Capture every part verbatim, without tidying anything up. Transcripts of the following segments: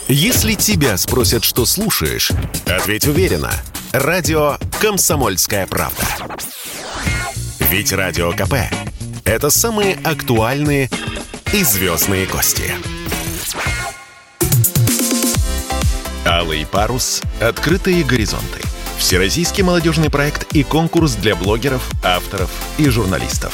Если тебя спросят, что слушаешь, ответь уверенно. Радио «Комсомольская правда». Ведь Радио КП – это самые актуальные и звездные гости. «Алый парус. Открытые горизонты». Всероссийский молодежный проект и конкурс для блогеров, авторов и журналистов.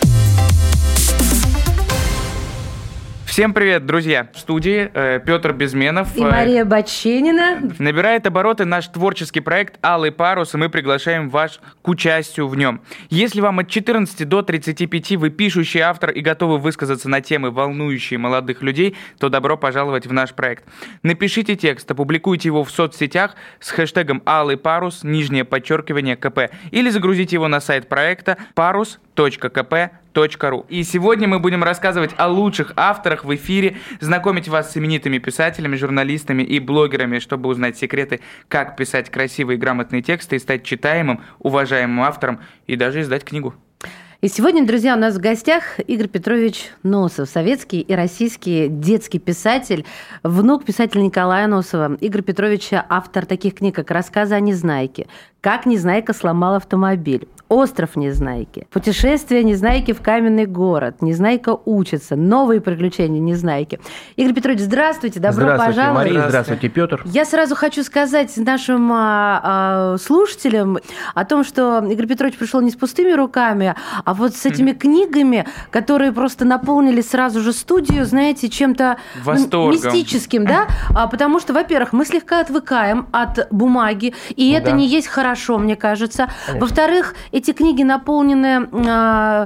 Всем привет, друзья! В студии э, Петр Безменов и Мария Баченина. Набирает обороты наш творческий проект «Алый парус», и мы приглашаем вас к участию в нем. Если вам от четырнадцати до тридцати пяти вы пишущий автор и готовы высказаться на темы, волнующие молодых людей, то добро пожаловать в наш проект. Напишите текст, опубликуйте его в соцсетях с хэштегом «Алый парус», нижнее подчеркивание КП, или загрузите его на сайт проекта парус точка ка пэ точка ру. И сегодня мы будем рассказывать о лучших авторах в эфире, знакомить вас с именитыми писателями, журналистами и блогерами, чтобы узнать секреты, как писать красивые и грамотные тексты и стать читаемым, уважаемым автором и даже издать книгу. И сегодня, друзья, у нас в гостях Игорь Петрович Носов, советский и российский детский писатель, внук писателя Николая Носова. Игорь Петрович – автор таких книг, как «Рассказы о Незнайке», «Как Незнайка сломал автомобиль», «Остров Незнайки», «Путешествие Незнайки в каменный город», «Незнайка учится», «Новые приключения Незнайки». Игорь Петрович, здравствуйте, добро здравствуйте, пожаловать. Мария, здравствуйте, Петр. Я сразу хочу сказать нашим а, а, слушателям о том, что Игорь Петрович пришел не с пустыми руками, а вот с этими книгами, которые просто наполнили сразу же студию, знаете, чем-то восторгом, мистическим, да? А, потому что, во-первых, мы слегка отвыкаем от бумаги, и это да. не есть хорошо, мне кажется. Конечно. Во-вторых, эти книги наполнены а,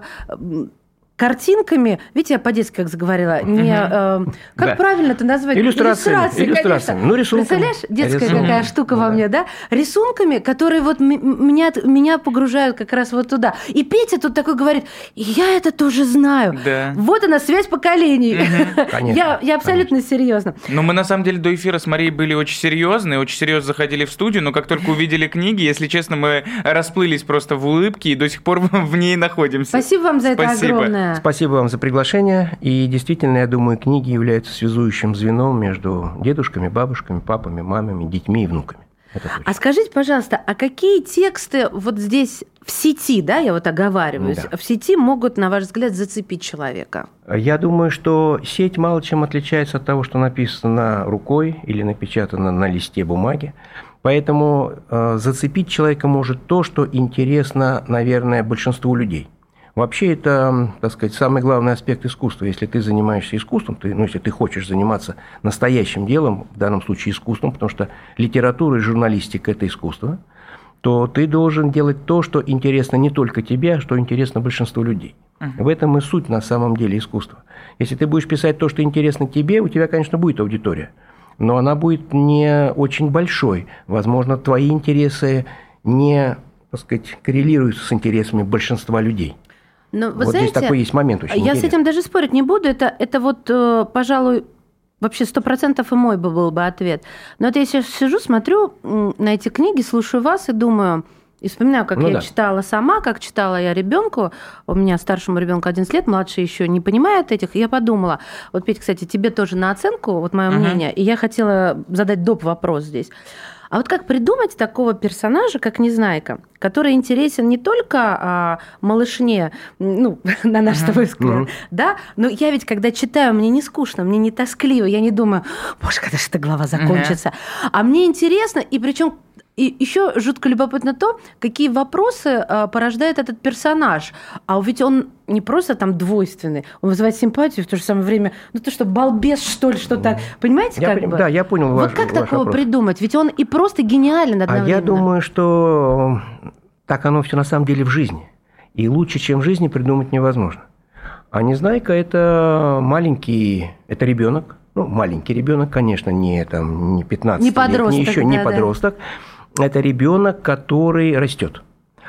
картинками, видите, я по-детски как заговорила, не, э, как да. правильно это назвать? Иллюстрациями. Иллюстрации, Иллюстрациями. Ну, рисунками. Представляешь, детская Рисунками. какая штука Ну, во да. мне, да? Рисунками, которые вот м- меня, меня погружают как раз вот туда. И Петя тут такой говорит, я это тоже знаю. Да. Вот она, связь поколений. Конечно, я, я абсолютно серьезно. Но мы на самом деле до эфира с Марией были очень серьезные, очень серьезно заходили в студию, но как только увидели книги, если честно, мы расплылись просто в улыбке и до сих пор в ней находимся. Спасибо вам за это Спасибо. огромное. Спасибо вам за приглашение. И действительно, я думаю, книги являются связующим звеном между дедушками, бабушками, папами, мамами, детьми и внуками. Это точно. А скажите, пожалуйста, а какие тексты вот здесь в сети, да, я вот оговариваюсь, Да. в сети могут, на ваш взгляд, зацепить человека? Я думаю, что сеть мало чем отличается от того, что написано рукой или напечатано на листе бумаги. Поэтому э, зацепить человека может то, что интересно, наверное, большинству людей. Вообще это, так сказать, самый главный аспект искусства. Если ты занимаешься искусством, ты, ну, если ты хочешь заниматься настоящим делом, в данном случае искусством, потому что литература и журналистика – это искусство, то ты должен делать то, что интересно не только тебе, а что интересно большинству людей. Uh-huh. В этом и суть на самом деле искусства. Если ты будешь писать то, что интересно тебе, у тебя, конечно, будет аудитория, но она будет не очень большой. Возможно, твои интересы не, так сказать, коррелируются с интересами большинства людей. Но, вы вот знаете, здесь такой есть момент очень я интересный. с этим даже спорить не буду. Это, это вот, пожалуй, вообще сто процентов и мой бы был бы ответ. Но вот я сейчас сижу, смотрю на эти книги, слушаю вас и думаю, и вспоминаю, как ну, я да. читала сама, как читала я ребенку. У меня старшему ребенку одиннадцать лет, младший еще не понимает этих. И я подумала, вот, Петя, кстати, тебе тоже на оценку, вот мое uh-huh. мнение, и я хотела задать доп. Вопрос здесь. А вот как придумать такого персонажа, как Незнайка, который интересен не только а, малышне, ну, на наш с тобой взгляд, uh-huh. да, но я ведь, когда читаю, мне не скучно, мне не тоскливо, я не думаю, боже, когда же эта глава закончится, uh-huh. а мне интересно, и причем и еще жутко любопытно то, какие вопросы а, порождает этот персонаж. А ведь он не просто там двойственный, он вызывает симпатию, в то же самое время, ну то что, балбес, что ли, что-то, понимаете, я как поним, бы? Да, я понял вот ваш как ваш такого вопрос. придумать? Ведь он и просто гениален одновременно. А я думаю, что так оно все на самом деле в жизни. И лучше, чем в жизни, придумать невозможно. А Незнайка – это маленький, это ребенок. Ну, маленький ребенок, конечно, не, там, не пятнадцать не лет, подросток, не еще да, не да. подросток. Это ребенок, который растет.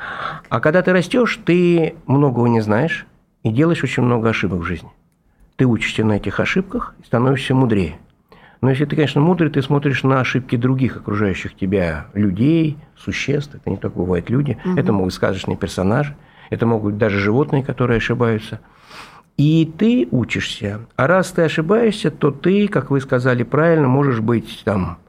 А когда ты растешь, ты многого не знаешь и делаешь очень много ошибок в жизни. Ты учишься на этих ошибках и становишься мудрее. Но если ты, конечно, мудрый, ты смотришь на ошибки других окружающих тебя людей, существ. Это не только бывают люди. Угу. Это могут быть сказочные персонажи. Это могут быть даже животные, которые ошибаются. И ты учишься. А раз ты ошибаешься, то ты, как вы сказали правильно, можешь быть там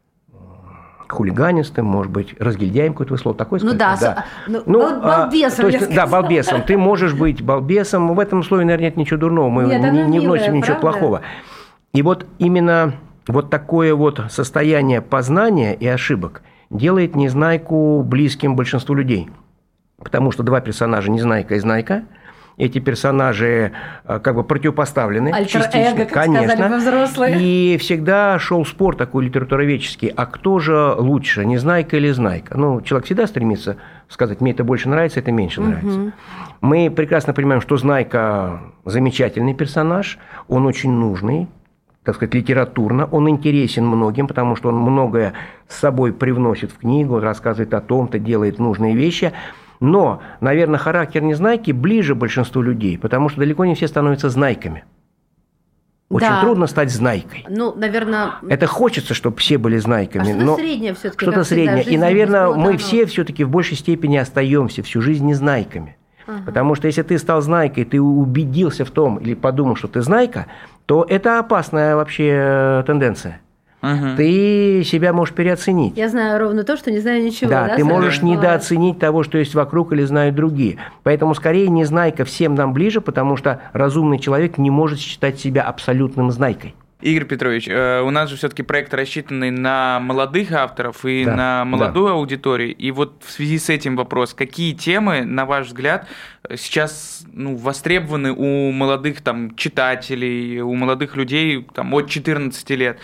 хулиганистым, может быть, разгильдяем, какое-то слово такое сказать? Ну да, да. Ну, ну, балбесом, а, то есть, да, балбесом. Ты можешь быть балбесом. В этом слове, наверное, нет ничего дурного. Мы нет, не, не милая, вносим ничего правда? плохого. И вот именно вот такое вот состояние познания и ошибок делает Незнайку близким большинству людей. Потому что два персонажа, Незнайка и Знайка, эти персонажи как бы противопоставлены. Альтер-эго, как конечно. сказали бы взрослые. И всегда шел спор такой литературоведческий, а кто же лучше, Незнайка или Знайка? Ну, человек всегда стремится сказать, мне это больше нравится, это меньше угу. нравится. Мы прекрасно понимаем, что Знайка замечательный персонаж, он очень нужный, так сказать, литературно, он интересен многим, потому что он многое с собой привносит в книгу, рассказывает о том-то, делает нужные вещи. Но, наверное, характер Незнайки ближе большинству людей, потому что далеко не все становятся знайками. Очень да. трудно стать знайкой. Ну, наверное... Это хочется, чтобы все были знайками. А что-то но среднее все-таки. Что-то среднее. И, наверное, мы все все-таки в большей степени остаемся всю жизнь незнайками. Ага. Потому что если ты стал знайкой, ты убедился в том или подумал, что ты знайка, то это опасная вообще тенденция. Угу. Ты себя можешь переоценить. Я знаю ровно то, что не знаю ничего. Да, да ты можешь бывает? недооценить того, что есть вокруг, или знают другие. Поэтому скорее Незнайка всем нам ближе, потому что разумный человек не может считать себя абсолютным знайкой. Игорь Петрович, у нас же все-таки проект рассчитанный на молодых авторов и да, на молодую да. аудиторию. И вот в связи с этим вопрос, какие темы, на ваш взгляд, сейчас ну, востребованы у молодых там, читателей, у молодых людей там, от четырнадцати лет?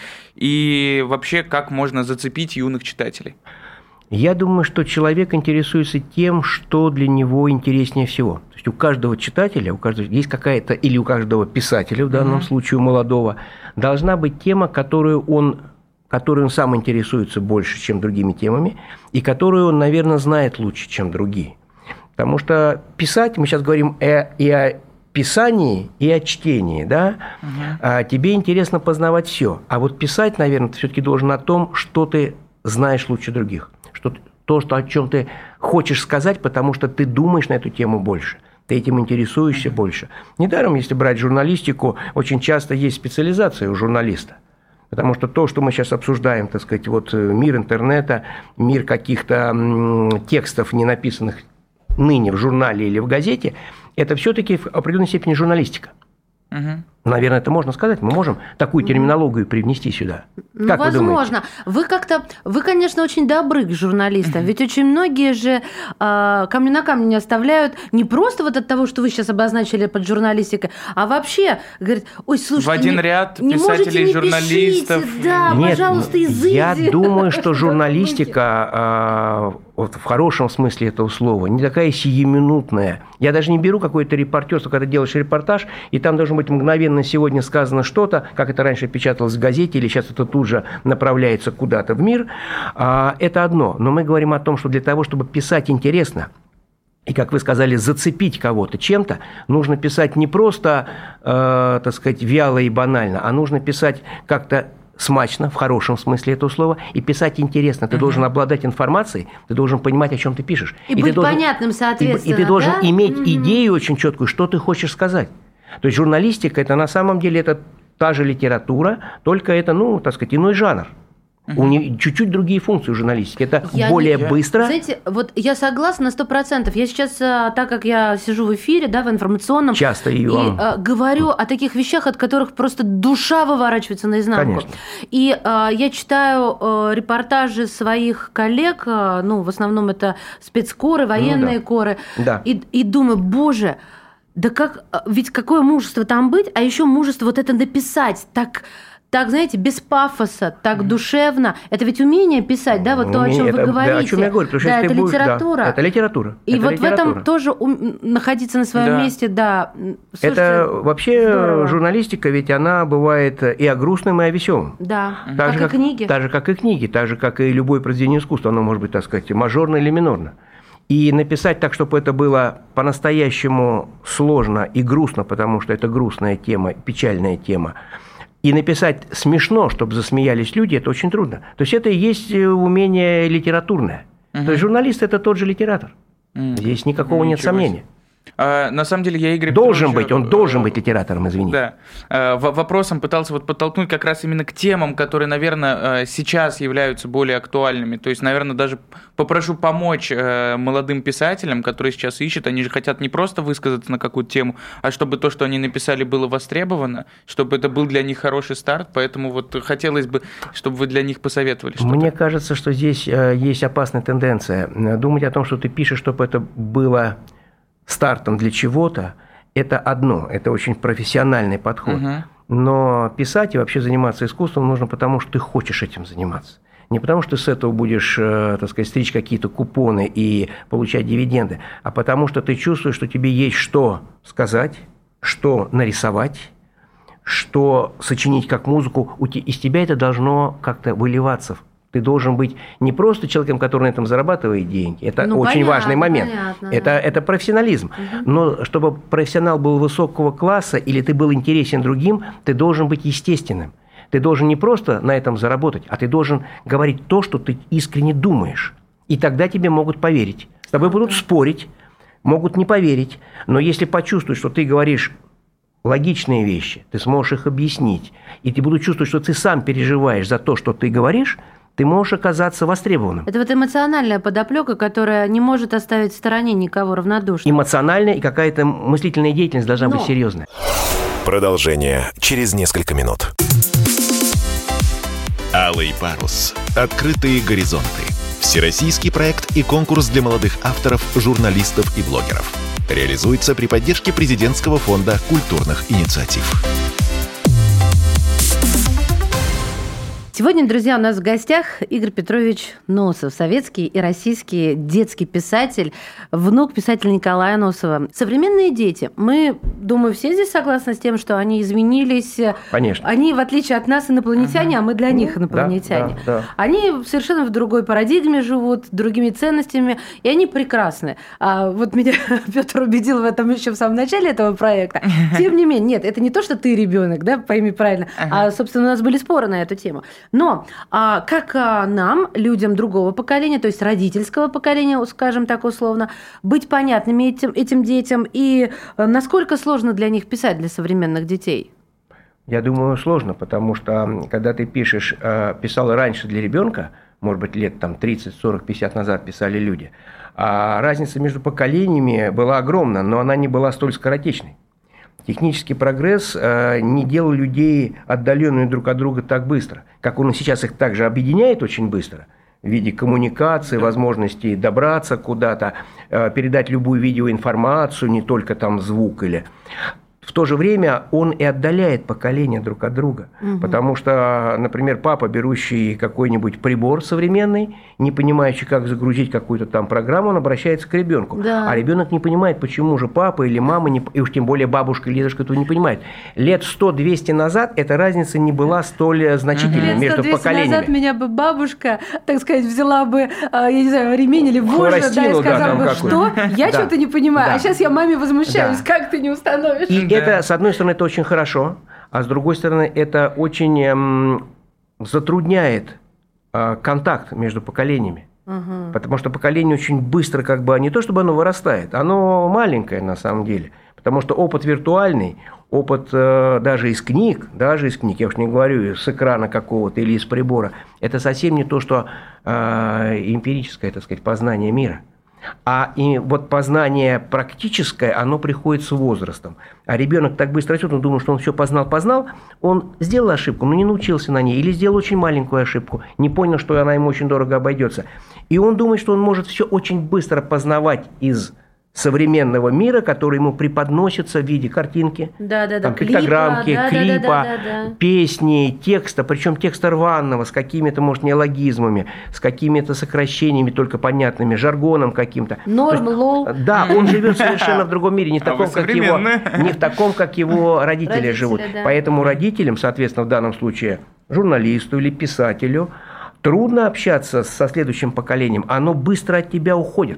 И вообще, как можно зацепить юных читателей? Я думаю, что человек интересуется тем, что для него интереснее всего. То есть у каждого читателя, у каждого есть какая-то, или у каждого писателя, в данном mm-hmm. случае у молодого, должна быть тема, которую он, которой он сам интересуется больше, чем другими темами, и которую он, наверное, знает лучше, чем другие. Потому что писать, мы сейчас говорим э, и о писании, и о чтении, да? Mm-hmm. А тебе интересно познавать все. А вот писать, наверное, ты все-таки должен о том, что ты знаешь лучше других. Что то, что, о чем ты хочешь сказать, потому что ты думаешь на эту тему больше, ты этим интересуешься mm-hmm. больше. Недаром, если брать журналистику, очень часто есть специализация у журналиста. Потому что то, что мы сейчас обсуждаем, так сказать, вот мир интернета, мир каких-то м, текстов, не написанных ныне в журнале или в газете, это все-таки в определенной степени журналистика. Угу. Наверное, это можно сказать. Мы можем такую терминологию привнести сюда. Ну, как возможно. Вы, вы как-то, вы, конечно, очень добры к журналистам. Ведь очень многие же э, камня на камне не оставляют не просто вот от того, что вы сейчас обозначили под журналистикой, а вообще говорят, ой, слушайте, в один не, ряд не писателей, не журналистов. Пишите, да, Нет, пожалуйста, изыди. Я думаю, что журналистика вот в хорошем смысле этого слова не такая сиюминутная. Я даже не беру какое-то репортерство, когда делаешь репортаж, и там должно быть мгновенно сегодня сказано что-то, как это раньше печаталось в газете, или сейчас это тут же направляется куда-то в мир. Это одно. Но мы говорим о том, что для того, чтобы писать интересно, и, как вы сказали, зацепить кого-то чем-то, нужно писать не просто, э, так сказать, вяло и банально, а нужно писать как-то смачно, в хорошем смысле этого слова, и писать интересно. Ты uh-huh. должен обладать информацией, ты должен понимать, о чем ты пишешь. И, и быть ты должен, понятным, соответственно. И, и ты должен да? иметь uh-huh. идею очень четкую, что ты хочешь сказать. То есть журналистика – это на самом деле это та же литература, только это, ну, так сказать, иной жанр. У нее чуть-чуть другие функции у журналистики. Это я более не... быстро. Знаете, вот я согласна на сто процентов. Я сейчас, так как я сижу в эфире, да, в информационном, часто и, и а, говорю о таких вещах, от которых просто душа выворачивается наизнанку. Конечно. И а, я читаю а, репортажи своих коллег, а, ну, в основном это спецкоры, военные ну, да. коры, да. И, и думаю, боже, да как, ведь какое мужество там быть, а еще мужество вот это написать так... Так, знаете, без пафоса, так mm-hmm. душевно. Это ведь умение писать, да, вот умение, то, о чем это, вы говорите. Да, о чем я говорю, потому что да, это будешь, литература. Да, это литература. И это вот литература. в этом тоже ум... находиться на своем да. месте, да. Слушайте, это вообще здорово. Журналистика, ведь она бывает и о грустном, и о весёлом. Да, так как, как и книги. Так же, как и книги, так же, как и любое произведение искусства. Оно может быть, так сказать, мажорно или минорно. И написать так, чтобы это было по-настоящему сложно и грустно, потому что это грустная тема, печальная тема, и написать смешно, чтобы засмеялись люди, это очень трудно. То есть это и есть умение литературное. Uh-huh. То есть журналист – это тот же литератор. Uh-huh. Здесь никакого uh-huh. нет сомнения. А, на самом деле я Игорь Должен Петровича, быть, он должен быть литератором, извините. Да. А, вопросом пытался вот подтолкнуть как раз именно к темам, которые, наверное, сейчас являются более актуальными. То есть, наверное, даже попрошу помочь молодым писателям, которые сейчас ищут. Они же хотят не просто высказаться на какую-то тему, а чтобы то, что они написали, было востребовано, чтобы это был для них хороший старт. Поэтому вот хотелось бы, чтобы вы для них посоветовали что-то. Мне кажется, что здесь есть опасная тенденция. Думать о том, что ты пишешь, чтобы это было стартом для чего-то, это одно, это очень профессиональный подход. Угу. Но писать и вообще заниматься искусством нужно потому, что ты хочешь этим заниматься. Не потому, что ты с этого будешь, так сказать, стричь какие-то купоны и получать дивиденды, а потому, что ты чувствуешь, что тебе есть что сказать, что нарисовать, что сочинить как музыку. Из тебя это должно как-то выливаться. Ты должен быть не просто человеком, который на этом зарабатывает деньги. Это ну, очень понятно, важный момент. Понятно, это, да. это профессионализм. Угу. Но чтобы профессионал был высокого класса или ты был интересен другим, ты должен быть естественным. Ты должен не просто на этом заработать, а ты должен говорить то, что ты искренне думаешь. И тогда тебе могут поверить. С тобой будут спорить, могут не поверить. Но если почувствуют, что ты говоришь логичные вещи, ты сможешь их объяснить, и ты будешь чувствовать, что ты сам переживаешь за то, что ты говоришь, ты можешь оказаться востребованным. Это вот эмоциональная подоплека, которая не может оставить в стороне никого равнодушным. Эмоциональная и какая-то мыслительная деятельность должна Но. быть серьезная. Продолжение через несколько минут. Алый парус. Открытые горизонты. Всероссийский проект и конкурс для молодых авторов, журналистов и блогеров. Реализуется при поддержке Президентского фонда культурных инициатив. Сегодня, друзья, у нас в гостях Игорь Петрович Носов, советский и российский детский писатель, внук писателя Николая Носова. Современные дети, мы, думаю, все здесь согласны с тем, что они изменились. Конечно. Они, в отличие от нас, инопланетяне, ага. а мы для них инопланетяне. Да, да, да. Они совершенно в другой парадигме живут, другими ценностями, и они прекрасны. А вот меня Петр убедил в этом еще в самом начале этого проекта. Тем не менее, нет, это не то, что ты ребенок, да, пойми правильно, ага. а, собственно, у нас были споры на эту тему. Но а, как а, нам, людям другого поколения, то есть родительского поколения, скажем так условно, быть понятными этим, этим детям, и а, насколько сложно для них писать, для современных детей? Я думаю, сложно, потому что когда ты пишешь, писал раньше для ребенка, может быть, лет там тридцать, сорок, пятьдесят назад писали люди, а разница между поколениями была огромна, но она не была столь скоротечной. Технический прогресс не делал людей отдаленными друг от друга так быстро, как он сейчас их также объединяет очень быстро в виде коммуникации, возможности добраться куда-то, передать любую видеоинформацию, не только там звук или... В то же время он и отдаляет поколения друг от друга. Угу. Потому что, например, папа, берущий какой-нибудь прибор современный, не понимающий, как загрузить какую-то там программу, он обращается к ребенку. Да. А ребенок не понимает, почему же папа или мама, не, и уж тем более бабушка или дедушка этого не понимает. Лет сто-двести назад эта разница не была столь значительной угу. между поколениями. Лет назад меня бы бабушка, так сказать, взяла бы, я не знаю, ремень или вожжи, да, и сказала бы, что? Я да. что-то не понимаю. Да. А сейчас я маме возмущаюсь, да. как ты не установишь? И это, с одной стороны, это очень хорошо, а с другой стороны, это очень эм, затрудняет э, контакт между поколениями. Угу. Потому что поколение очень быстро, как бы, не то чтобы оно вырастает, оно маленькое на самом деле. Потому что опыт виртуальный, опыт э, даже из книг, даже из книг, я уж не говорю с экрана какого-то или из прибора, это совсем не то, что э, эмпирическое, так сказать, познание мира. А и вот познание практическое, оно приходит с возрастом. А ребенок так быстро растет, он думает, что он все познал-познал, он сделал ошибку, но не научился на ней, или сделал очень маленькую ошибку, не понял, что она ему очень дорого обойдется. И он думает, что он может все очень быстро познавать из современного мира, который ему преподносится в виде картинки, да, да, да, там, пиктограммки, клипа, клипа, да, да, да, да. песни, текста, причем текста рваного, с какими-то, может, неологизмами, с какими-то сокращениями только понятными, жаргоном каким-то. Норм, лол. Да, он живет совершенно в другом мире, не в таком, как его, не в таком, как его родители, родители живут. Да. Поэтому родителям, соответственно, в данном случае журналисту или писателю, трудно общаться со следующим поколением, оно быстро от тебя уходит.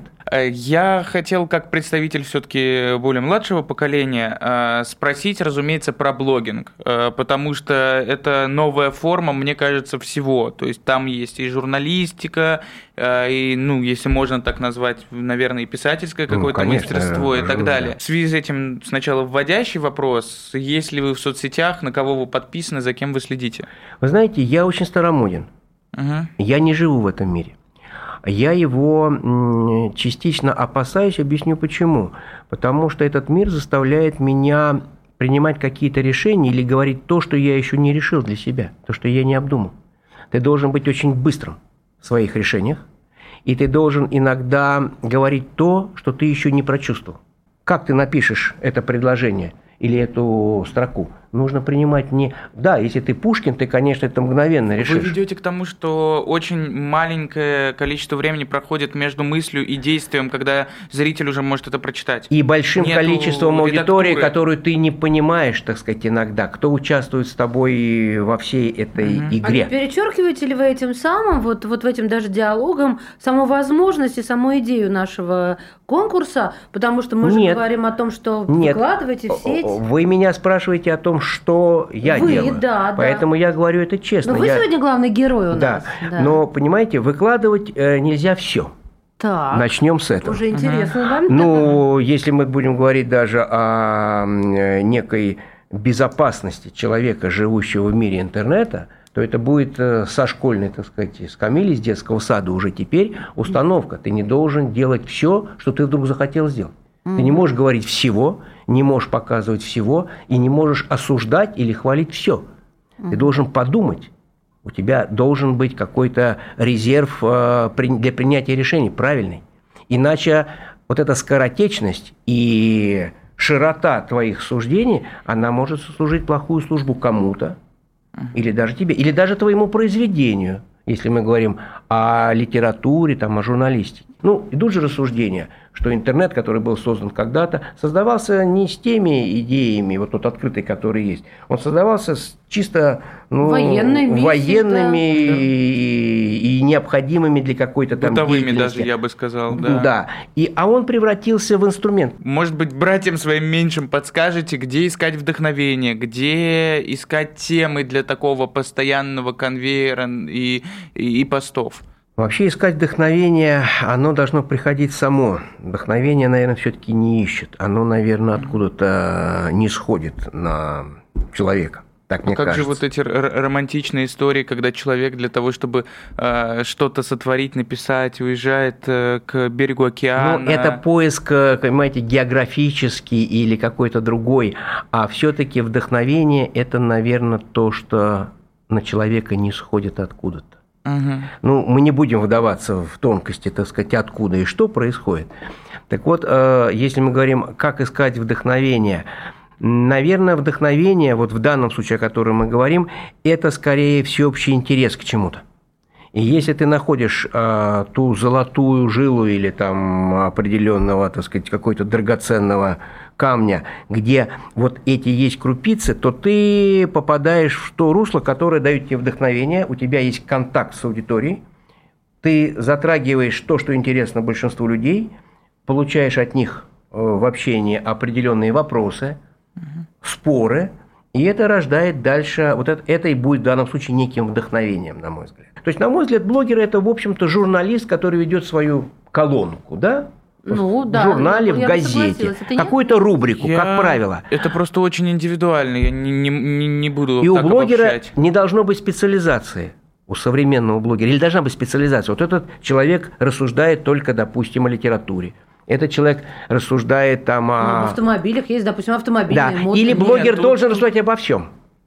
Я хотел, как представитель все-таки более младшего поколения, спросить, разумеется, про блогинг, потому что это новая форма, мне кажется, всего. То есть там есть и журналистика, и, ну, если можно так назвать, наверное, и писательское какое-то ну, мастерство и так далее. В связи с этим сначала вводящий вопрос, есть ли вы в соцсетях, на кого вы подписаны, за кем вы следите? Вы знаете, я очень старомоден. Угу. Я не живу в этом мире. Я его частично опасаюсь, объясню почему. Потому что этот мир заставляет меня принимать какие-то решения или говорить то, что я еще не решил для себя, то, что я не обдумал. Ты должен быть очень быстрым в своих решениях, и ты должен иногда говорить то, что ты еще не прочувствовал. Как ты напишешь это предложение или эту строку? Нужно принимать не... Да, если ты Пушкин, ты, конечно, это мгновенно решишь. Вы ведете к тому, что очень маленькое количество времени проходит между мыслью и действием, когда зритель уже может это прочитать. И большим Нету количеством аудитории, редактуры. Которую ты не понимаешь, так сказать, иногда, кто участвует с тобой во всей этой угу. игре. А перечеркиваете ли вы этим самым, вот, вот в этим даже диалогом, саму возможность и саму идею нашего конкурса? Потому что мы Нет. же говорим о том, что Нет. выкладываете в сеть. Вы меня спрашиваете о том, что я Вы, делаю. Да, Поэтому да. я говорю это честно. Но вы я... сегодня главный герой у да. нас. Да. Но, понимаете, выкладывать э, нельзя все. Так. Начнем с этого. Уже интересно, угу. да? Ну, если мы будем говорить даже о некой безопасности человека, живущего в мире интернета, то это будет со школьной, так сказать, скамейки, с детского сада уже теперь установка. Ты не должен делать все, что ты вдруг захотел сделать. Mm-hmm. Ты не можешь говорить всего, не можешь показывать всего и не можешь осуждать или хвалить все. Mm-hmm. Ты должен подумать. У тебя должен быть какой-то резерв для принятия решений правильный. Иначе вот эта скоротечность и широта твоих суждений, она может сослужить плохую службу кому-то, mm-hmm. или даже тебе, или даже твоему произведению, если мы говорим о литературе, там, о журналистике. Ну, идут же рассуждения, что интернет, который был создан когда-то, создавался не с теми идеями, вот тот открытый, который есть, он создавался с чисто ну, военными, военными да. и, и необходимыми для какой-то там бытовыми деятельности. даже, я бы сказал. Да. да. И, а он превратился в инструмент. Может быть, братьям своим меньшим подскажете, где искать вдохновение, где искать темы для такого постоянного конвейера и, и, и постов? Вообще искать вдохновение, оно должно приходить само. Вдохновение, наверное, все-таки не ищет. Оно, наверное, откуда-то не сходит на человека. Так мне а как кажется. же вот эти романтичные истории, когда человек для того, чтобы э, что-то сотворить, написать, уезжает э, к берегу океана? Ну, это поиск, понимаете, географический или какой-то другой. А все-таки вдохновение – это, наверное, то, что на человека не сходит откуда-то. Угу. Ну, мы не будем вдаваться в тонкости, так сказать, откуда и что происходит. Так вот, если мы говорим, как искать вдохновение, наверное, вдохновение, вот в данном случае, о котором мы говорим, это скорее всеобщий интерес к чему-то. И если ты находишь э, ту золотую жилу или там определенного, так сказать, какой-то драгоценного камня, где вот эти есть крупицы, то ты попадаешь в то русло, которое дает тебе вдохновение, у тебя есть контакт с аудиторией, ты затрагиваешь то, что интересно большинству людей, получаешь от них э, в общении определенные вопросы, угу. споры, и это рождает дальше, вот это, это и будет в данном случае неким вдохновением, на мой взгляд. То есть, на мой взгляд, блогер – это, в общем-то, журналист, который ведет свою колонку, да? Ну, в да, журнале, ну, в газете, какую-то рубрику, я... как правило. Это просто очень индивидуально, я не, не, не буду И так у блогера обобщать. Не должно быть специализации, у современного блогера, или должна быть специализация. Вот этот человек рассуждает только, допустим, о литературе. Этот человек рассуждает там о... Ну, в автомобилях есть, допустим, автомобильные да. модные. Или блогер Нет, должен тут... рассуждать обо всем.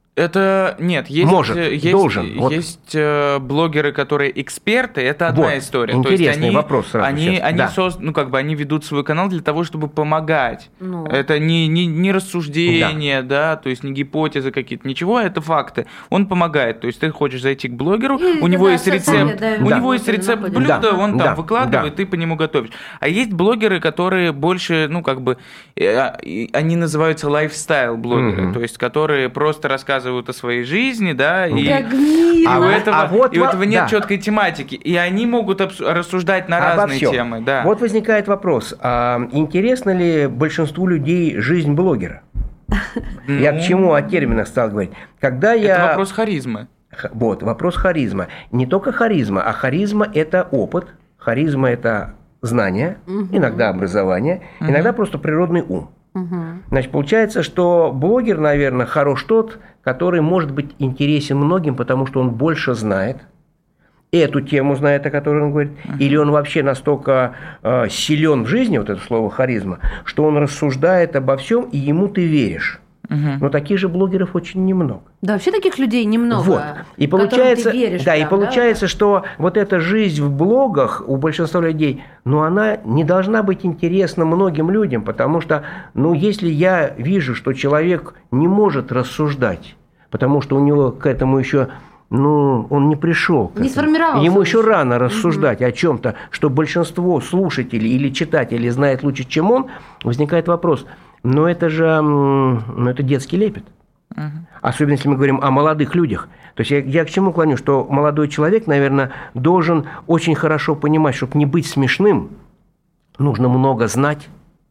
Это нет, есть, Может, есть, должен. Есть вот. блогеры, которые эксперты, это одна вот. история. Интересный То есть они, вопрос сразу они, сейчас. они, да. соз... ну, как бы они ведут свой канал для того, чтобы помогать. Ну. Это не, не, не рассуждения, да. да, то есть не гипотезы какие-то, ничего, это факты. Он помогает. То есть ты хочешь зайти к блогеру, и, у него да, есть рецепт, да, у да, него да, есть рецепт да, блюда, да, он да, там выкладывает, да. ты по нему готовишь. А есть блогеры, которые больше, ну как бы, они называются лайфстайл блогеры, mm-hmm. то есть которые просто рассказывают рассказывают о своей жизни, да, и, Как мило. а у А этого, а вот и у во- этого нет да. четкой тематики, и они могут обс- рассуждать на Обо разные всем. темы, да. Вот возникает вопрос, а интересна ли большинству людей жизнь блогера? Я к чему о терминах стал говорить? Когда Это я... вопрос харизмы. Х- Вот, вопрос харизма. Не только харизма, а харизма – это опыт, харизма – это знание, иногда образование, иногда просто природный ум. Значит, получается, что блогер, наверное, хорош тот, который может быть интересен многим, потому что он больше знает, эту тему знает, о которой он говорит, или он вообще настолько э, силен в жизни, вот это слово харизма, что он рассуждает обо всем, и ему ты веришь. Но таких же блогеров очень немного. Да, вообще таких людей немного. Вот. И которым получается, ты веришь, да, прям, и получается, что вот эта жизнь в блогах у большинства людей, ну, она не должна быть интересна многим людям, потому что, ну, если я вижу, что человек не может рассуждать, потому что у него к этому еще, ну, он не пришел. к Не этому. сформировался Ему еще еще. рано рассуждать о чем-то, что большинство слушателей или читателей знает лучше, чем он, возникает вопрос. Но это же, м, ну, это детский лепет. Особенно, если мы говорим о молодых людях. То есть я, я к чему клоню, что молодой человек, наверное, должен очень хорошо понимать, чтобы не быть смешным, нужно много знать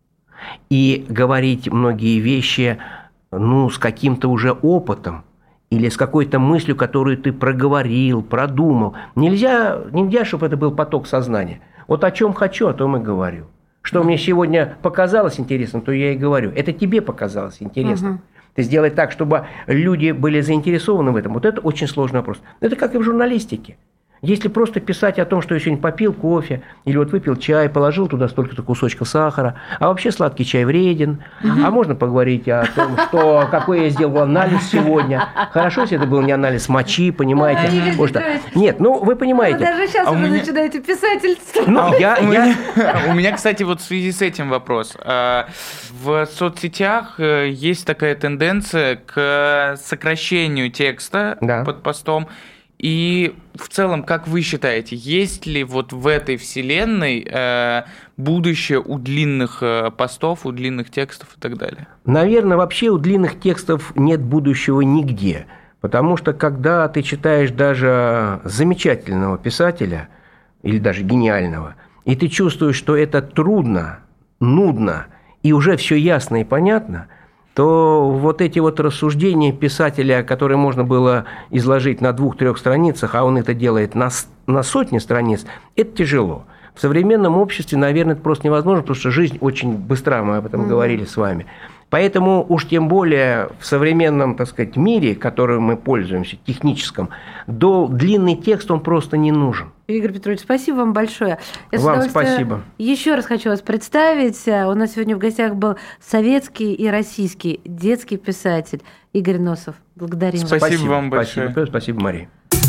и говорить многие вещи, ну, с каким-то уже опытом или с какой-то мыслью, которую ты проговорил, продумал. Нельзя, нельзя, чтобы это был поток сознания. Вот о чем хочу, о том и говорю. Что мне сегодня показалось интересным, то я и говорю. Это тебе показалось интересным. Ты сделай так, чтобы люди были заинтересованы в этом. Вот это очень сложный вопрос. Это как и в журналистике. Если просто писать о том, что я сегодня попил кофе, или вот выпил чай, положил туда столько-то кусочков сахара, а вообще сладкий чай вреден, а можно поговорить о том, что, какой я сделал анализ сегодня. Хорошо, если это был не анализ мочи, понимаете? Игорь Потому что- Петрович, Нет, ну вы Вы понимаете. даже сейчас А у уже меня- начинаете писательство. Ну, А я, у, я- меня, у меня, кстати, вот в связи с этим вопрос. А, В соцсетях э, есть такая тенденция к сокращению текста Да. под постом. И в целом, как вы считаете, есть ли вот в этой вселенной э, будущее у длинных э, постов, у длинных текстов и так далее? Наверное, вообще у длинных текстов нет будущего нигде. Потому что когда ты читаешь даже замечательного писателя, или даже гениального, и ты чувствуешь, что это трудно, нудно, и уже все ясно и понятно, то вот эти вот рассуждения писателя, которые можно было изложить на двух-трех страницах, а он это делает на, с- на сотни страниц, это тяжело. В современном обществе, наверное, это просто невозможно, потому что жизнь очень быстра, мы об этом mm-hmm. говорили с вами. Поэтому уж тем более в современном, так сказать, мире, которым мы пользуемся, техническом, до длинный текст он просто не нужен. Игорь Петрович, спасибо вам большое. Я с Вам удовольствием спасибо. Еще раз хочу вас представить. У нас сегодня в гостях был советский и российский детский писатель Игорь Носов. Благодарим вас. Спасибо вам большое. Спасибо, спасибо, Мария.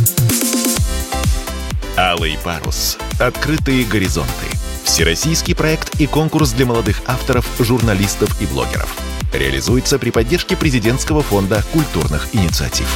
«Алый парус. Открытые горизонты». Всероссийский проект и конкурс для молодых авторов, журналистов и блогеров. Реализуется при поддержке Президентского фонда культурных инициатив.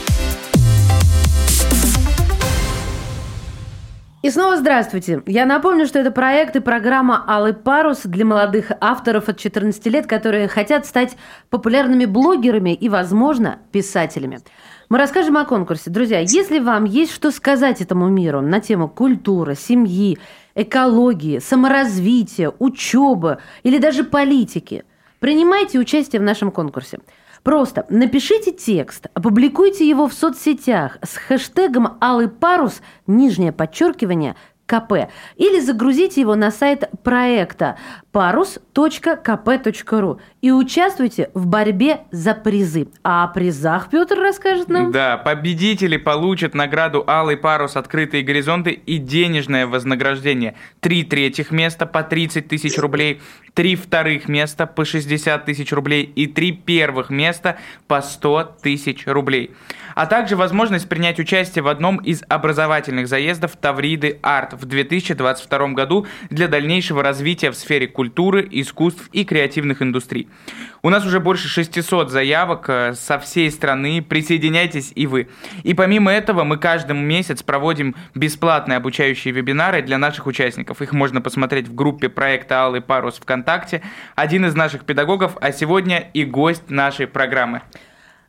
И снова здравствуйте. Я напомню, что это проект и программа «Алый парус» для молодых авторов от четырнадцати лет, которые хотят стать популярными блогерами и, возможно, писателями. Мы расскажем о конкурсе. Друзья, если вам есть что сказать этому миру на тему культуры, семьи, экологии, саморазвития, учебы или даже политики, принимайте участие в нашем конкурсе. Просто напишите текст, опубликуйте его в соцсетях с хэштегом «Алый парус», нижнее подчеркивание, КП, или загрузите его на сайт проекта парус точка ка пэ точка ру и участвуйте в борьбе за призы. А о призах Петр расскажет нам. Да, победители получат награду «Алый парус. Открытые горизонты» и денежное вознаграждение. Три третьих места по тридцать тысяч рублей, три вторых места по шестьдесят тысяч рублей и три первых места по сто тысяч рублей. А также возможность принять участие в одном из образовательных заездов Тавриды Арт в две тысячи двадцать втором году для дальнейшего развития в сфере культуры, искусств и креативных индустрий. У нас уже больше шестисот заявок со всей страны, присоединяйтесь и вы. И помимо этого мы каждый месяц проводим бесплатные обучающие вебинары для наших участников. Их можно посмотреть в группе проекта «Алый парус» ВКонтакте. Один из наших педагогов, а сегодня и гость нашей программы.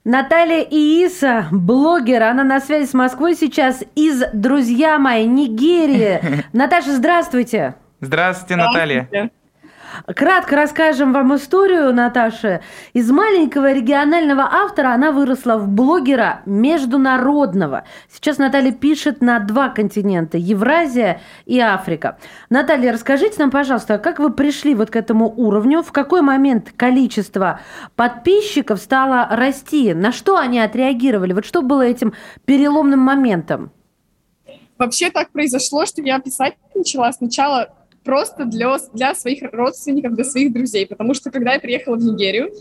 Наталья Ииса, блогер, она на связи с Москвой сейчас из, друзья мои, Нигерии. Наташа, здравствуйте. Здравствуйте, Наталья. Кратко расскажем вам историю Наташи. Из маленького регионального автора она выросла в блогера международного. Сейчас Наталья пишет на два континента – Евразия и Африка. Наталья, расскажите нам, пожалуйста, как вы пришли вот к этому уровню? В какой момент количество подписчиков стало расти? На что они отреагировали? Вот что было этим переломным моментом? Вообще так произошло, что я писать начала сначала просто для, для своих родственников, для своих друзей, потому что когда я приехала в Нигерию,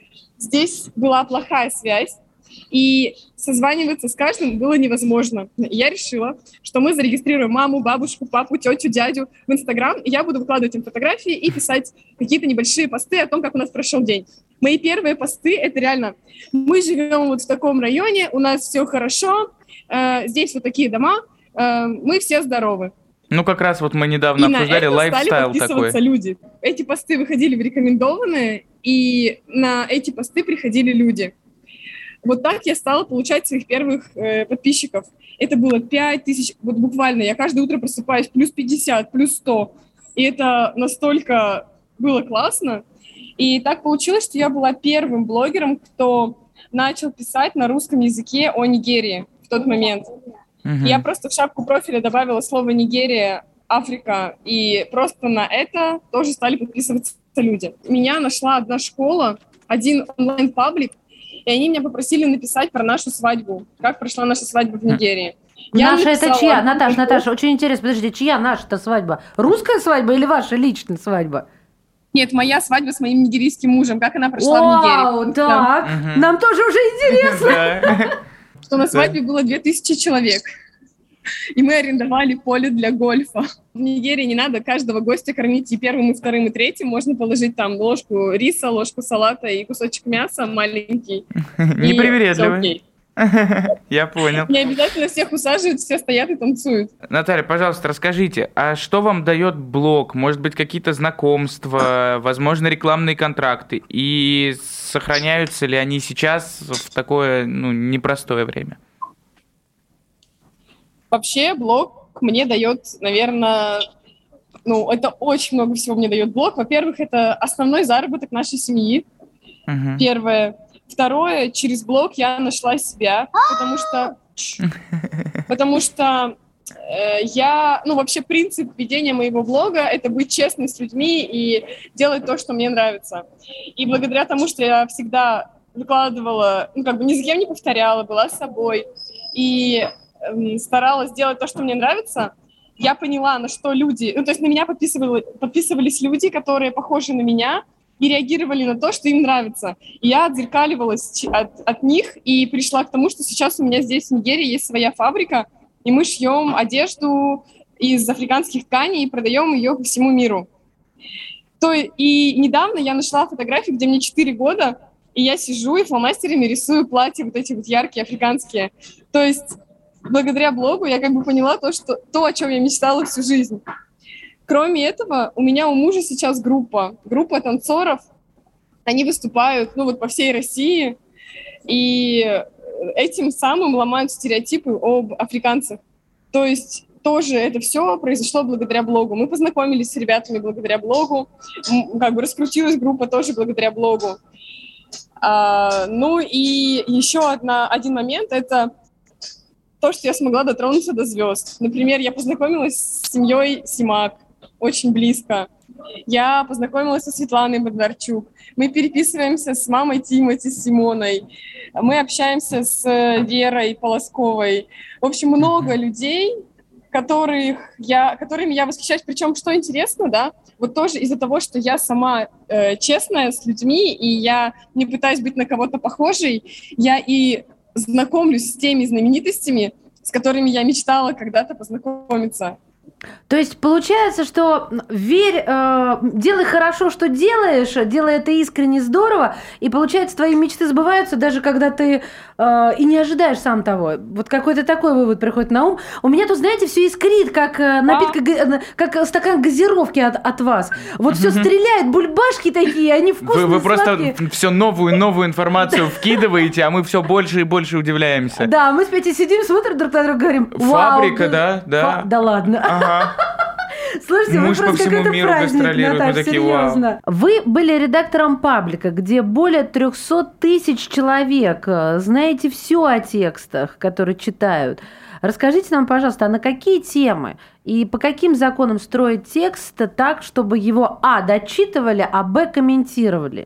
здесь была плохая связь, и созваниваться с каждым было невозможно. И я решила, что мы зарегистрируем маму, бабушку, папу, тетю, дядю в Инстаграм, и я буду выкладывать им фотографии и писать какие-то небольшие посты о том, как у нас прошел день. Мои первые посты — это реально: мы живем вот в таком районе, у нас все хорошо, э, здесь вот такие дома, э, мы все здоровы. Ну, как раз вот мы недавно и обсуждали лайфстайл такой. И на это стали подписываться люди. Эти посты выходили в рекомендованные, и на эти посты приходили люди. Вот так я стала получать своих первых э, подписчиков. Это было пять тысяч, вот буквально. Я каждое утро просыпаюсь, плюс пятьдесят, плюс сто. И это настолько было классно. И так получилось, что я была первым блогером, кто начал писать на русском языке о Нигерии в тот момент. Uh-huh. Я просто в шапку профиля добавила слово «Нигерия», «Африка», и просто на это тоже стали подписываться люди. Меня нашла одна школа, один онлайн-паблик, и они меня попросили написать про нашу свадьбу, как прошла наша свадьба в Нигерии. Я наша написала... это чья? Наташа, Наташа, очень интересно. Подожди, чья наша-то свадьба? Русская свадьба или ваша личная свадьба? Нет, моя свадьба с моим нигерийским мужем. Как она прошла Вау, в Нигерии. так. Да. Нам тоже уже интересно. Что на свадьбе было две тысячи человек. И мы арендовали поле для гольфа. В Нигерии не надо каждого гостя кормить и первым, и вторым, и третьим. Можно положить там ложку риса, ложку салата и кусочек мяса маленький. Непривередливый. Я понял. Не обязательно всех усаживают, все стоят и танцуют. Наталья, пожалуйста, расскажите, а что вам дает блог? Может быть, какие-то знакомства, возможно, рекламные контракты? И сохраняются ли они сейчас в такое, ну, непростое время? Вообще блог мне дает, наверное, ну, это очень много всего мне дает блог. Во-первых, это основной заработок нашей семьи. Uh-huh. Первое. Второе, через блог я нашла себя, потому что, потому что э, я, ну, вообще принцип ведения моего блога — это быть честной с людьми и делать то, что мне нравится. И благодаря тому, что я всегда выкладывала, ну, как бы ни за кем не повторяла, была с собой и э, старалась делать то, что мне нравится, я поняла, на что люди, ну, то есть на меня подписывали, подписывались люди, которые похожи на меня, и реагировали на то, что им нравится. И я отзеркаливалась от, от них и пришла к тому, что сейчас у меня здесь в Нигерии есть своя фабрика, и мы шьем одежду из африканских тканей и продаем ее по всему миру. То, и недавно я нашла фотографию, где мне четыре года, и я сижу и фломастерами рисую платья вот эти вот яркие африканские. То есть благодаря блогу я как бы поняла то, что, то, о чем я мечтала всю жизнь. Кроме этого, у меня у мужа сейчас группа, группа танцоров. Они выступают, ну вот по всей России, и этим самым ломают стереотипы об африканцах. То есть тоже это все произошло благодаря блогу. Мы познакомились с ребятами благодаря блогу, как бы раскрутилась группа тоже благодаря блогу. А, ну и еще одна, один момент — это то, что я смогла дотронуться до звезд. Например, я познакомилась с семьей Симак. Очень близко. Я познакомилась со Светланой Бондарчук. Мы переписываемся с мамой Тимати, с Симоной. Мы общаемся с Верой Полосковой. В общем, много людей, которых я, которыми я восхищаюсь. Причем, что интересно, да, вот тоже из-за того, что я сама э, честная с людьми, и я не пытаюсь быть на кого-то похожей, я и знакомлюсь с теми знаменитостями, с которыми я мечтала когда-то познакомиться. То есть получается, что верь, э, делай хорошо, что делаешь, делай это искренне, здорово, и получается, твои мечты сбываются, даже когда ты э, и не ожидаешь сам того. Вот какой-то такой вывод приходит на ум. У меня тут, знаете, все искрит, как напитка, а? как стакан газировки от, от вас. Вот все стреляет, бульбашки такие, они вкусные, Вы, вы сладкие. просто все новую и новую информацию вкидываете, а мы все больше и больше удивляемся. Да, мы с Петей сидим, смотрим друг на друга, говорим: вау. Фабрика, да, да. Да ладно. Ага. Слушайте, Муж вы по просто всему какой-то миру праздник, гастролирует, Наташа, мы такие, серьезно. вау. Вы были редактором паблика, где более триста тысяч человек, знаете все о текстах, которые читают. Расскажите нам, пожалуйста, а на какие темы и по каким законам строить текст так, чтобы его а. дочитывали, а б. комментировали?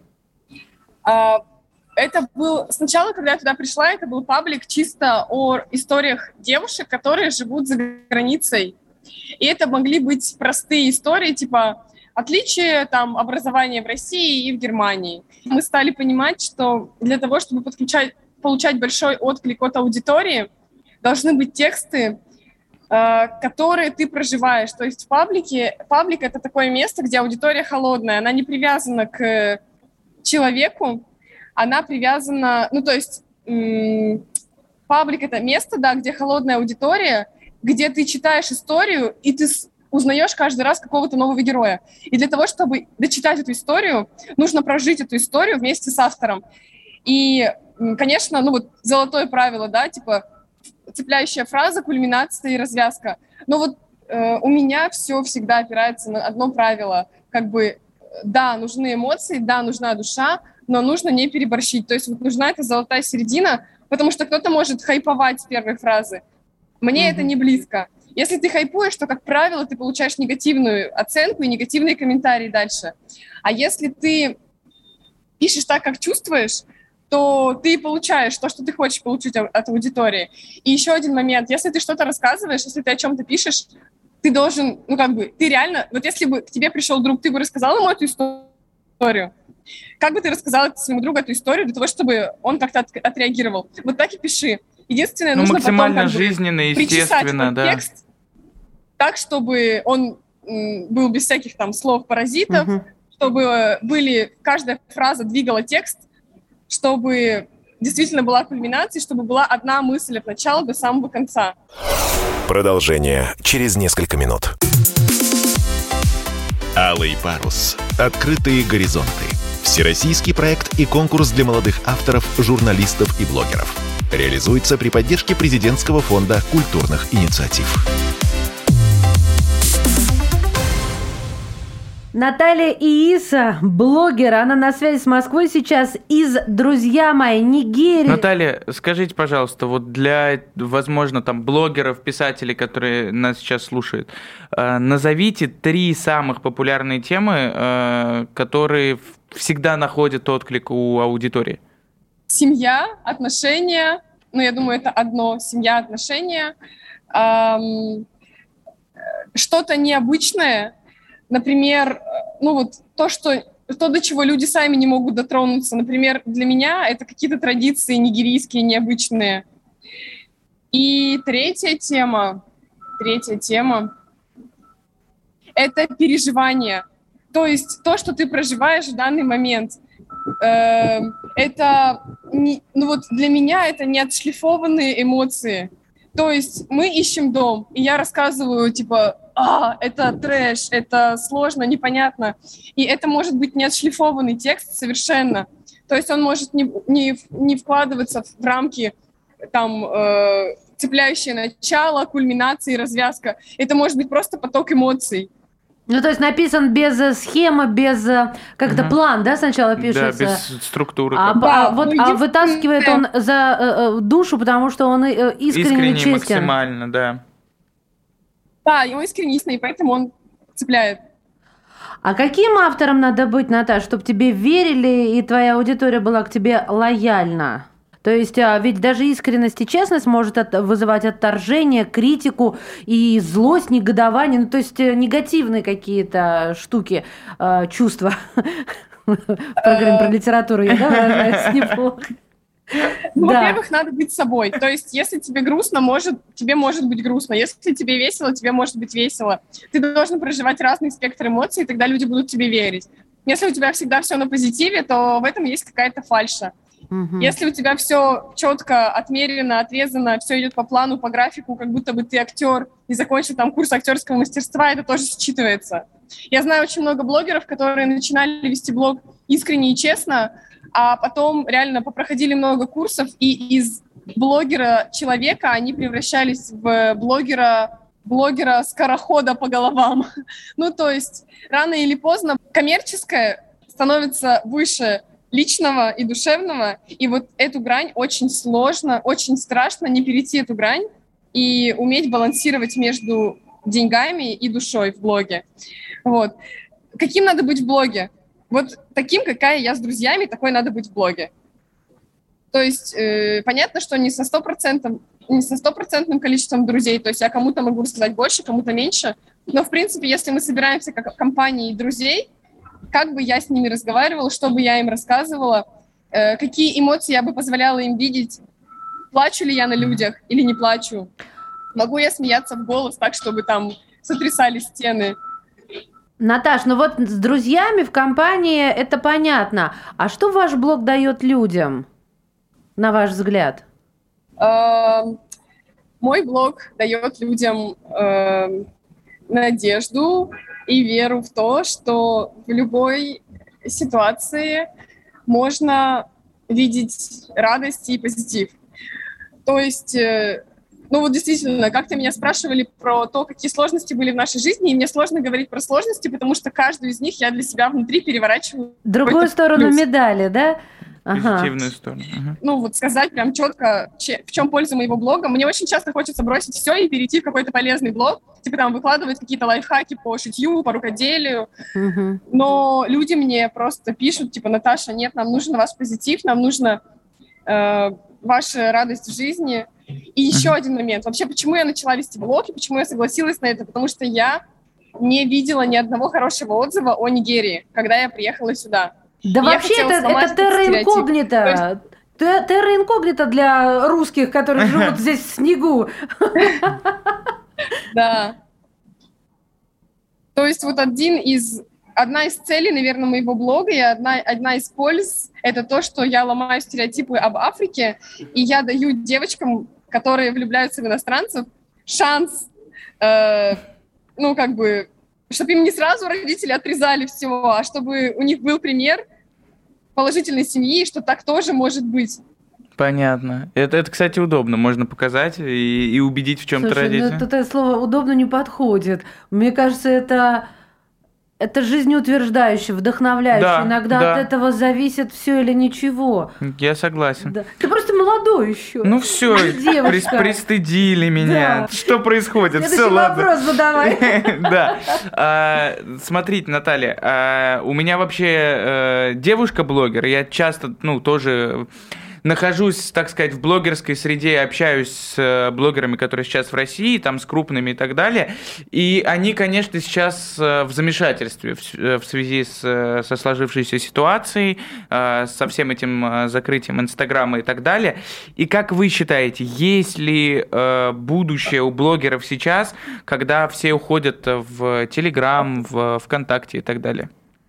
А, это был... Сначала, когда я туда пришла, это был паблик чисто о историях девушек, которые живут за границей. И это могли быть простые истории, типа отличие там, образования в России и в Германии. Мы стали понимать, что для того, чтобы подключать, получать большой отклик от аудитории, должны быть тексты, э, которые ты проживаешь. То есть в паблике, паблик — это такое место, где аудитория холодная, она не привязана к человеку, она привязана... Ну, то есть м- паблик — это место, да, где холодная аудитория, где ты читаешь историю, и ты узнаешь каждый раз какого-то нового героя. И для того, чтобы дочитать эту историю, нужно прожить эту историю вместе с автором. И, конечно, ну вот золотое правило, да, типа цепляющая фраза, кульминация и развязка. Но вот э, у меня все всегда опирается на одно правило. Как бы, да, нужны эмоции, да, нужна душа, но нужно не переборщить. То есть вот нужна эта золотая середина, потому что кто-то может хайповать с первой фразы. Мне mm-hmm. это не близко. Если ты хайпуешь, то, как правило, ты получаешь негативную оценку и негативные комментарии дальше. А если ты пишешь так, как чувствуешь, то ты получаешь то, что ты хочешь получить от аудитории. И еще один момент. Если ты что-то рассказываешь, если ты о чем-то пишешь, ты должен, ну как бы, ты реально... Вот если бы к тебе пришел друг, ты бы рассказал ему эту историю, как бы ты рассказал своему другу эту историю для того, чтобы он как-то от, отреагировал? Вот так и пиши. Единственное, ну, нужно максимально потом как бы жизненно, естественно, да. текст так, чтобы он м, был без всяких там слов-паразитов, угу. чтобы были, каждая фраза двигала текст, чтобы действительно была кульминация, чтобы была одна мысль от начала до самого конца. Продолжение через несколько минут. Алый парус. Открытые горизонты. Всероссийский проект и конкурс для молодых авторов, журналистов и блогеров. Реализуется при поддержке Президентского фонда культурных инициатив. Наталья Ииса, блогер, она на связи с Москвой сейчас из, друзья мои, Нигерии. Наталья, скажите, пожалуйста, вот для, возможно, там блогеров, писателей, которые нас сейчас слушают, э, назовите три самых популярные темы, э, которые всегда находят отклик у аудитории. Семья, отношения, ну, я думаю, это одно, семья, отношения, эм, что-то необычное. Например, ну вот то, что, то, до чего люди сами не могут дотронуться. Например, для меня это какие-то традиции нигерийские, необычные. И третья тема, третья тема – это переживание. То есть то, что ты проживаешь в данный момент. Э, это, не, ну вот для меня это не отшлифованные эмоции. То есть мы ищем дом, и я рассказываю, типа, а, это трэш, это сложно, непонятно. И это может быть не отшлифованный текст совершенно. То есть он может не, не, не вкладываться в рамки там, э, цепляющее начало, кульминации, развязка. Это может быть просто поток эмоций. Ну, то есть написан без схемы, без... Как-то угу. план, да, сначала пишется? Да, без структуры. А, да, а, вот, ну, а вытаскивает он за э, душу, потому что он э, искренне, искренне честен. Максимально, да. Да, и он искренний, поэтому он цепляет. А каким автором надо быть, Наташа, чтобы тебе верили и твоя аудитория была к тебе лояльна? То есть ведь даже искренность и честность может от, вызывать отторжение, критику и злость, негодование, ну то есть негативные какие-то штуки, чувства. В программе про литературу я выражаюсь неплохо. Ну, да. Во-первых, надо быть собой. То есть, если тебе грустно, может, тебе может быть грустно. Если тебе весело, тебе может быть весело. Ты должен проживать разный спектр эмоций, и тогда люди будут тебе верить. Если у тебя всегда все на позитиве, то в этом есть какая-то фальша. Угу. Если у тебя все четко, отмерено, отрезано, все идет по плану, по графику, как будто бы ты актер и закончил там курс актерского мастерства, это тоже считывается. Я знаю очень много блогеров, которые начинали вести блог искренне и честно, а потом реально попроходили много курсов, и из блогера-человека они превращались в блогера, блогера-скорохода по головам. Ну, то есть рано или поздно коммерческое становится выше личного и душевного, и вот эту грань очень сложно, очень страшно не перейти эту грань и уметь балансировать между деньгами и душой в блоге. Вот. Каким надо быть в блоге? Вот таким, какая я с друзьями, такой надо быть в блоге. То есть э, понятно, что не со стопроцентным, не со стопроцентным количеством друзей, то есть я кому-то могу рассказать больше, кому-то меньше, но в принципе, если мы собираемся как компанией друзей, как бы я с ними разговаривала, что бы я им рассказывала, э, какие эмоции я бы позволяла им видеть, плачу ли я на людях или не плачу, могу я смеяться в голос так, чтобы там сотрясались стены. Наташ, ну вот с друзьями в компании это понятно. А что ваш блог дает людям, на ваш взгляд? Э, мой блог дает людям э, надежду и веру в то, что в любой ситуации можно видеть радость и позитив. То есть... Э, Ну вот действительно, как-то меня спрашивали про то, какие сложности были в нашей жизни, и мне сложно говорить про сложности, потому что каждую из них я для себя внутри переворачиваю. Другую сторону плюс. Медали, да? Ага. Позитивную сторону. Ага. Ну вот сказать прям четко, в чем польза моего блога. Мне очень часто хочется бросить все и перейти в какой-то полезный блог, типа там выкладывать какие-то лайфхаки по шитью, по рукоделию. Угу. Но люди мне просто пишут, типа, Наташа, нет, нам нужен ваш позитив, нам нужна э, ваша радость в жизни. И еще uh-huh. один момент. Вообще, почему я начала вести блог и почему я согласилась на это? Потому что я не видела ни одного хорошего отзыва о Нигерии, когда я приехала сюда. Да и вообще это, это терра инкогнита. Терра инкогнита для русских, которые живут здесь в снегу. Да. То есть вот один из... Одна из целей, наверное, моего блога и одна, одна из польз — это то, что я ломаю стереотипы об Африке, и я даю девочкам, которые влюбляются в иностранцев, шанс, э, ну, как бы, чтобы им не сразу родители отрезали всего, а чтобы у них был пример положительной семьи, что так тоже может быть. Понятно. Это, это, кстати, удобно. Можно показать и, и убедить в чем-то родителей. Слушай, ну, это слово «удобно» не подходит. Мне кажется, это... Это жизнеутверждающе, вдохновляюще. Да, Иногда да. от этого зависит все или ничего. Я согласен. Да. Ты просто молодой еще. Ну все, при- пристыдили меня. Да. Что происходит? Все, ладно. Вопрос задавай. Да. Смотрите, Наталья, у меня вообще девушка-блогер. Я часто, ну, тоже... Нахожусь, так сказать, в блогерской среде, общаюсь с блогерами, которые сейчас в России, там с крупными и так далее. И они, конечно, сейчас в замешательстве в связи с, со сложившейся ситуацией, со всем этим закрытием Инстаграма и так далее. И как вы считаете, есть ли будущее у блогеров сейчас, когда все уходят в Телеграм, в ВКонтакте и так далее?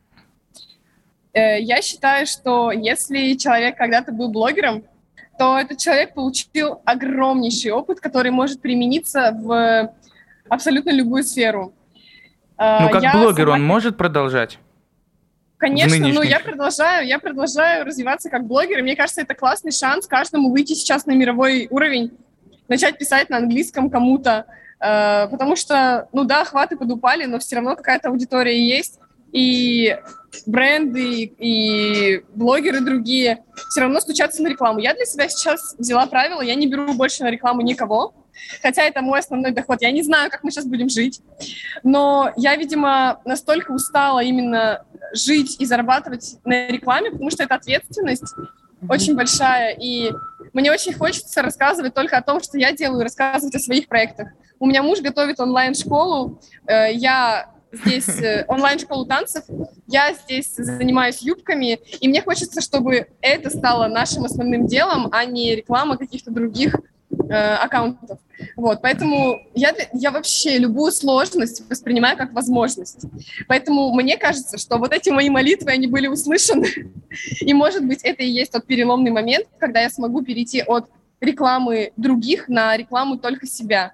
Я считаю, что если человек когда-то был блогером, то этот человек получил огромнейший опыт, который может примениться в абсолютно любую сферу. Ну, как я блогер сама... он может продолжать? Конечно, ну я продолжаю, я продолжаю развиваться как блогер, и мне кажется, это классный шанс каждому выйти сейчас на мировой уровень, начать писать на английском кому-то, потому что, ну да, охваты подупали, но все равно какая-то аудитория есть. И бренды, и блогеры другие все равно стучатся на рекламу. Я для себя сейчас взяла правило, я не беру больше на рекламу никого, хотя это мой основной доход. Я не знаю, как мы сейчас будем жить, но я, видимо, настолько устала именно жить и зарабатывать на рекламе, потому что это ответственность mm-hmm. очень большая, и мне очень хочется рассказывать только о том, что я делаю, рассказывать о своих проектах. У меня муж готовит онлайн-школу, я... здесь онлайн-школу танцев, я здесь занимаюсь юбками, и мне хочется, чтобы это стало нашим основным делом, а не реклама каких-то других э, аккаунтов. Вот, поэтому я, я вообще любую сложность воспринимаю как возможность. Поэтому мне кажется, что вот эти мои молитвы, они были услышаны, и, может быть, это и есть тот переломный момент, когда я смогу перейти от рекламы других на рекламу только себя.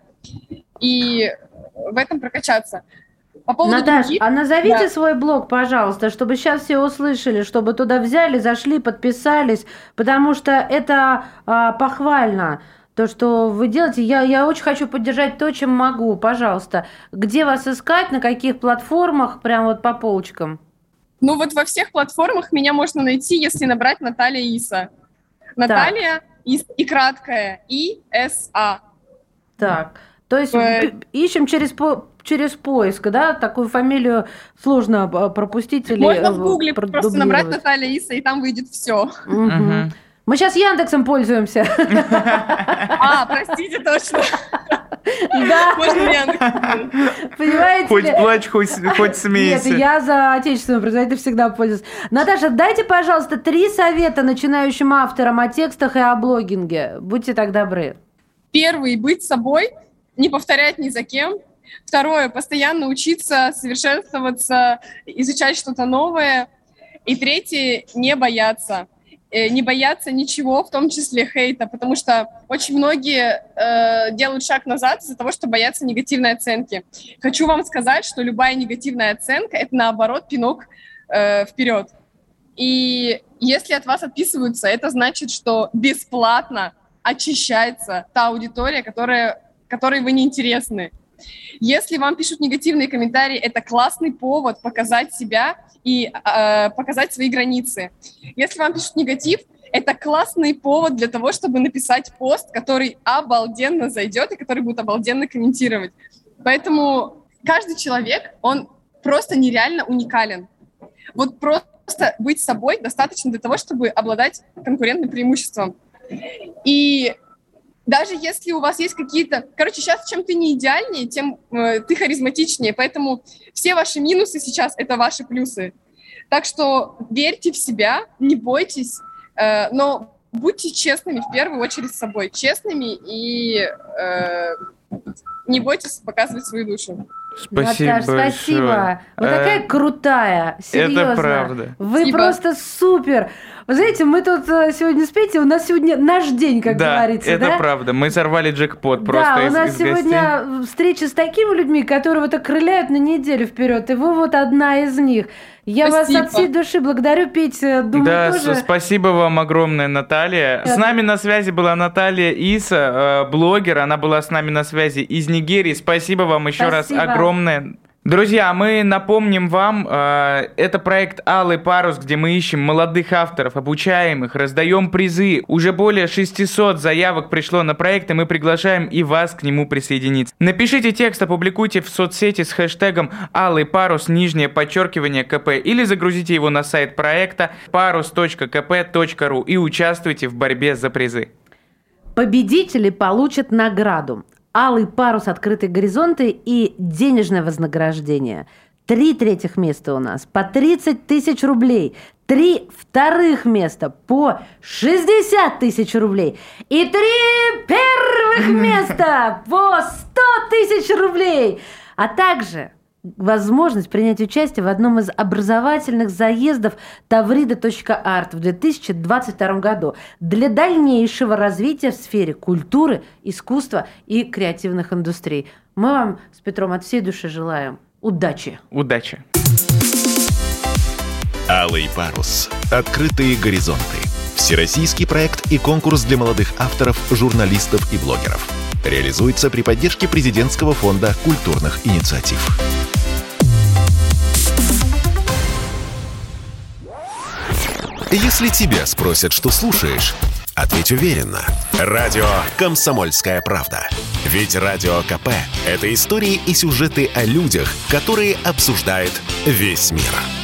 И в этом прокачаться. По поводу Наташ, других, а назовите да. свой блог, пожалуйста, чтобы сейчас все услышали, чтобы туда взяли, зашли, подписались, потому что это а, похвально, то, что вы делаете. Я, я очень хочу поддержать то, чем могу, пожалуйста. Где вас искать, на каких платформах, прям вот по полочкам? Ну вот во всех платформах меня можно найти, если набрать Наталья Иса. Наталья Ис, и краткое И С А. Так, то есть Э... ищем через, по, через поиск, да? Такую фамилию сложно пропустить или можно в гугле просто набрать Наталья Иса, и там выйдет все. Угу. Угу. Мы сейчас Яндексом пользуемся. А, простите, точно. Да. Можно Яндекс. Понимаете хоть ли? плачь, хоть, хоть смейся. Нет, я за отечественного производителя всегда пользуюсь. Наташа, дайте, пожалуйста, три совета начинающим авторам о текстах и о блогинге. Будьте так добры. Первый – быть собой, не повторять ни за кем. Второе – постоянно учиться, совершенствоваться, изучать что-то новое. И третье – не бояться. Не бояться ничего, в том числе хейта, потому что очень многие э, делают шаг назад из-за того, что боятся негативной оценки. Хочу вам сказать, что любая негативная оценка – это, наоборот, пинок э, вперед. И если от вас отписываются, это значит, что бесплатно очищается та аудитория, которая, которой вы неинтересны. Если вам пишут негативные комментарии, это классный повод показать себя и э, показать свои границы. Если вам пишут негатив, это классный повод для того, чтобы написать пост, который обалденно зайдет и который будет обалденно комментировать. Поэтому каждый человек, он просто нереально уникален. Вот просто быть собой достаточно для того, чтобы обладать конкурентным преимуществом. И даже если у вас есть какие-то... Короче, сейчас чем ты не идеальнее, тем э, ты харизматичнее. Поэтому все ваши минусы сейчас — это ваши плюсы. Так что верьте в себя, не бойтесь, э, но будьте честными в первую очередь с собой. Честными и э, не бойтесь показывать свою душу. Спасибо Наташ, большое. спасибо. Вы такая крутая, серьезно. Это правда. Вы Спасибо. просто супер. Вы знаете, мы тут сегодня с Петей, у нас сегодня наш день, как да, говорится. Это да, это правда. Мы сорвали джекпот просто да, из, у нас из сегодня гостей. встреча с такими людьми, которые вот окрыляют на неделю вперед, и вы вот одна из них. Я Спасибо. вас от всей души благодарю, Петя. Думаю, да, тоже... спасибо вам огромное, Наталья. Да. С нами на связи была Наталья Иса, блогер. Она была с нами на связи из Нигерии. Спасибо вам еще Спасибо. раз огромное. Друзья, мы напомним вам, э, это проект «Алый парус», где мы ищем молодых авторов, обучаем их, раздаем призы. Уже более шестьсот заявок пришло на проект, и мы приглашаем и вас к нему присоединиться. Напишите текст, опубликуйте в соцсети с хэштегом «Алый парус», нижнее подчеркивание КП, или загрузите его на сайт проекта парус точка ка пэ точка ру и участвуйте в борьбе за призы. Победители получат награду. Алый парус, открытые горизонты и денежное вознаграждение. Три третьих места у нас по тридцать тысяч рублей. Три вторых места по шестьдесят тысяч рублей. И три первых места по сто тысяч рублей. А также возможность принять участие в одном из образовательных заездов таврида точка арт в две тысячи двадцать втором году для дальнейшего развития в сфере культуры, искусства и креативных индустрий. Мы вам с Петром от всей души желаем удачи. Удачи. «Алый парус. Открытые горизонты». Всероссийский проект и конкурс для молодых авторов, журналистов и блогеров. Реализуется при поддержке Президентского фонда культурных инициатив. Если тебя спросят, что слушаешь, ответь уверенно. Радио «Комсомольская правда». Ведь Радио ка пэ – это истории и сюжеты о людях, которые обсуждает весь мир.